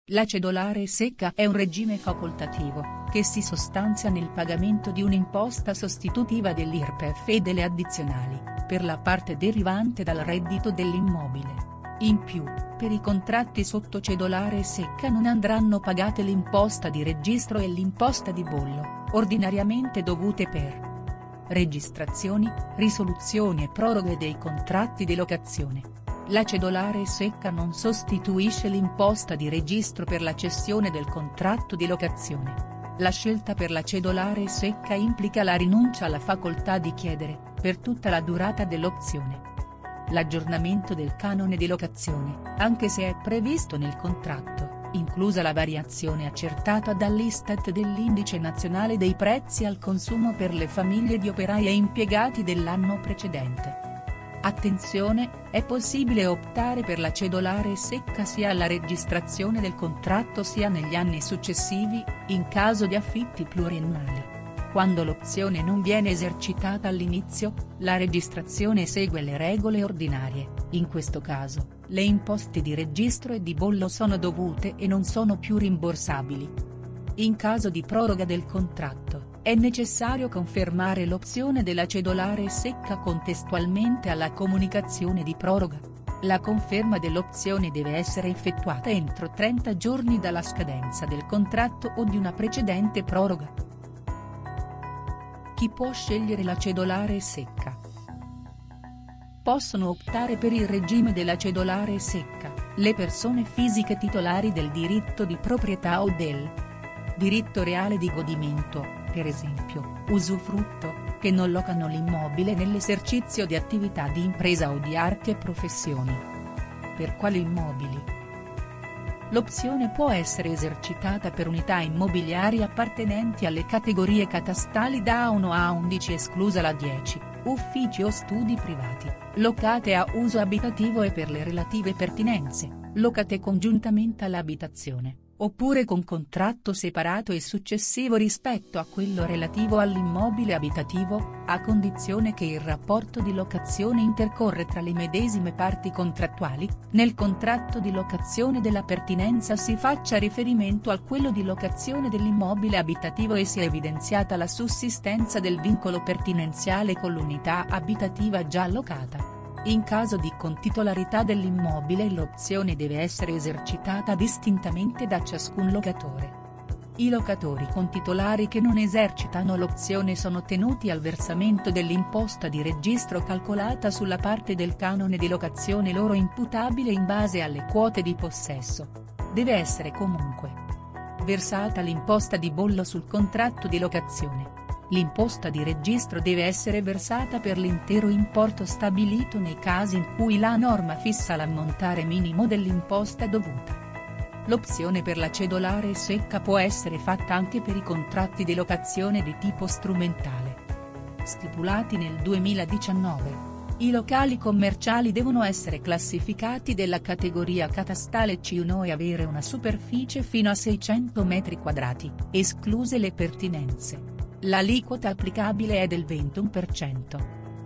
La cedolare secca è un regime facoltativo, che si sostanzia nel pagamento di un'imposta sostitutiva dell'IRPEF e delle addizionali, per la parte derivante dal reddito dell'immobile. In più, per i contratti sotto cedolare secca non andranno pagate l'imposta di registro e l'imposta di bollo, ordinariamente dovute per registrazioni, risoluzioni e proroghe dei contratti di locazione. La cedolare secca non sostituisce l'imposta di registro per la cessione del contratto di locazione. La scelta per la cedolare secca implica la rinuncia alla facoltà di chiedere, per tutta la durata dell'opzione, l'aggiornamento del canone di locazione, anche se è previsto nel contratto, inclusa la variazione accertata dall'Istat dell'Indice nazionale dei prezzi al consumo per le famiglie di operai e impiegati dell'anno precedente. Attenzione, è possibile optare per la cedolare secca sia alla registrazione del contratto sia negli anni successivi, in caso di affitti pluriennali. Quando l'opzione non viene esercitata all'inizio, la registrazione segue le regole ordinarie, in questo caso, le imposte di registro e di bollo sono dovute e non sono più rimborsabili. In caso di proroga del contratto, è necessario confermare l'opzione della cedolare secca contestualmente alla comunicazione di proroga. La conferma dell'opzione deve essere effettuata entro 30 giorni dalla scadenza del contratto o di una precedente proroga. Chi può scegliere la cedolare secca? Possono optare per il regime della cedolare secca, le persone fisiche titolari del diritto di proprietà o del diritto reale di godimento, per esempio, usufrutto, che non locano l'immobile nell'esercizio di attività di impresa o di arti e professioni. Per quali immobili? L'opzione può essere esercitata per unità immobiliari appartenenti alle categorie catastali da 1 a 11 esclusa la 10, uffici o studi privati, locate a uso abitativo e per le relative pertinenze, locate congiuntamente all'abitazione, oppure con contratto separato e successivo rispetto a quello relativo all'immobile abitativo, a condizione che il rapporto di locazione intercorre tra le medesime parti contrattuali. Nel contratto di locazione della pertinenza si faccia riferimento a quello di locazione dell'immobile abitativo e sia evidenziata la sussistenza del vincolo pertinenziale con l'unità abitativa già allocata. In caso di contitolarità dell'immobile l'opzione deve essere esercitata distintamente da ciascun locatore. I locatori contitolari che non esercitano l'opzione sono tenuti al versamento dell'imposta di registro calcolata sulla parte del canone di locazione loro imputabile in base alle quote di possesso. Deve essere comunque versata l'imposta di bollo sul contratto di locazione. L'imposta di registro deve essere versata per l'intero importo stabilito nei casi in cui la norma fissa l'ammontare minimo dell'imposta dovuta. L'opzione per la cedolare secca può essere fatta anche per i contratti di locazione di tipo strumentale stipulati nel 2019. I locali commerciali devono essere classificati della categoria catastale C1 e avere una superficie fino a 600 m², escluse le pertinenze. L'aliquota applicabile è del 21%.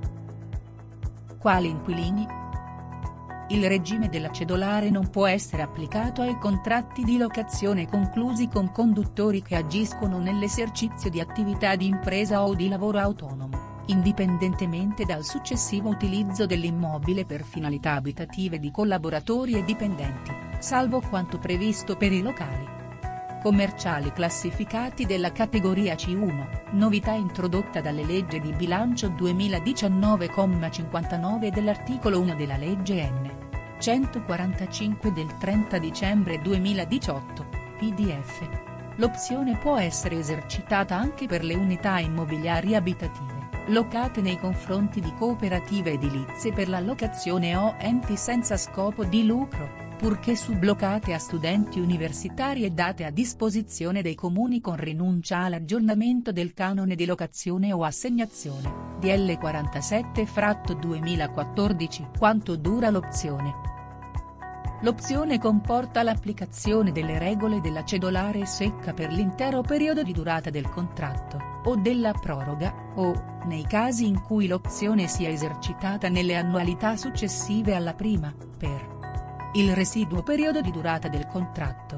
Quali inquilini? Il regime della cedolare non può essere applicato ai contratti di locazione conclusi con conduttori che agiscono nell'esercizio di attività di impresa o di lavoro autonomo, indipendentemente dal successivo utilizzo dell'immobile per finalità abitative di collaboratori e dipendenti, salvo quanto previsto per i locali commerciali classificati della categoria C1, novità introdotta dalle legge di bilancio 2019,59 dell'articolo 1 della legge N. 145 del 30 dicembre 2018, PDF. L'opzione può essere esercitata anche per le unità immobiliari abitative, locate nei confronti di cooperative edilizie per la locazione o enti senza scopo di lucro, purché sublocate a studenti universitari e date a disposizione dei comuni con rinuncia all'aggiornamento del canone di locazione o assegnazione, DL 47/2014. Quanto dura l'opzione? L'opzione comporta l'applicazione delle regole della cedolare secca per l'intero periodo di durata del contratto, o della proroga, o, nei casi in cui l'opzione sia esercitata nelle annualità successive alla prima, per il residuo periodo di durata del contratto.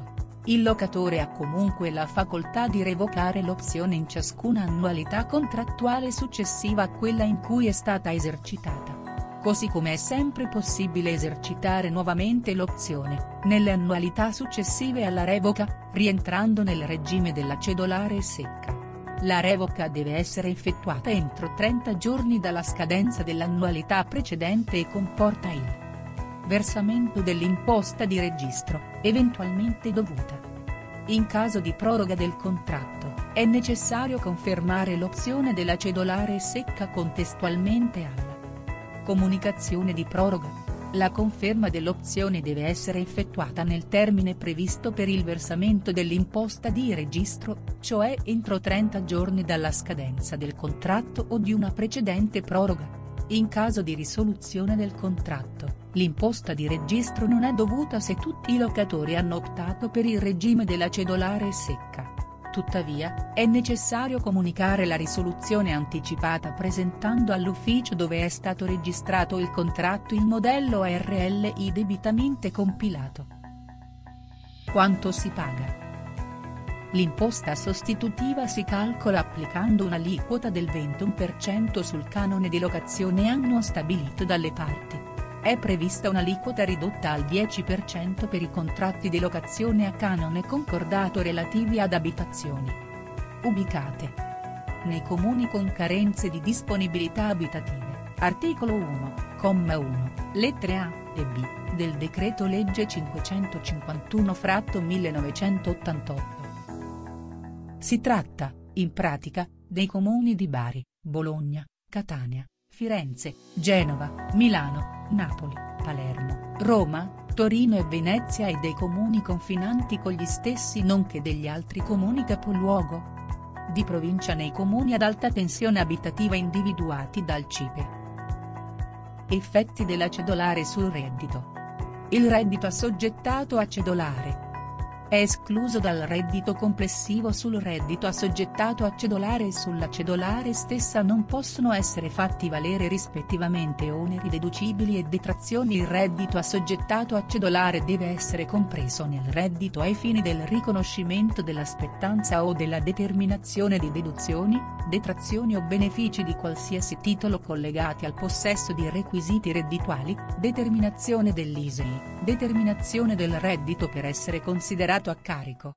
il locatore ha comunque la facoltà di revocare l'opzione in ciascuna annualità contrattuale successiva a quella in cui è stata esercitata. Così come è sempre possibile esercitare nuovamente l'opzione, nelle annualità successive alla revoca, rientrando nel regime della cedolare secca. La revoca deve essere effettuata entro 30 giorni dalla scadenza dell'annualità precedente e comporta il versamento dell'imposta di registro, eventualmente dovuta. In caso di proroga del contratto, è necessario confermare l'opzione della cedolare secca contestualmente alla comunicazione di proroga. La conferma dell'opzione deve essere effettuata nel termine previsto per il versamento dell'imposta di registro, cioè entro 30 giorni dalla scadenza del contratto o di una precedente proroga. In caso di risoluzione del contratto, l'imposta di registro non è dovuta se tutti i locatori hanno optato per il regime della cedolare secca. Tuttavia, è necessario comunicare la risoluzione anticipata presentando all'ufficio dove è stato registrato il contratto il modello RLI debitamente compilato. Quanto si paga? L'imposta sostitutiva si calcola applicando un'aliquota del 21% sul canone di locazione annuo stabilito dalle parti. È prevista un'aliquota ridotta al 10% per i contratti di locazione a canone concordato relativi ad abitazioni ubicate nei comuni con carenze di disponibilità abitative, articolo 1, comma 1, lettere A e B, del decreto-legge 551/1988. Si tratta, in pratica, dei comuni di Bari, Bologna, Catania, Firenze, Genova, Milano, Napoli, Palermo, Roma, Torino e Venezia e dei comuni confinanti con gli stessi nonché degli altri comuni capoluogo di provincia nei comuni ad alta tensione abitativa individuati dal CIPE. Effetti della cedolare sul reddito. Il reddito assoggettato a cedolare è escluso dal reddito complessivo. Sul reddito assoggettato a cedolare e sulla cedolare stessa non possono essere fatti valere rispettivamente oneri deducibili e detrazioni. Il reddito assoggettato a cedolare deve essere compreso nel reddito ai fini del riconoscimento della spettanza o della determinazione di deduzioni, detrazioni o benefici di qualsiasi titolo collegati al possesso di requisiti reddituali, determinazione dell'ISEE, determinazione del reddito per essere considerato a carico,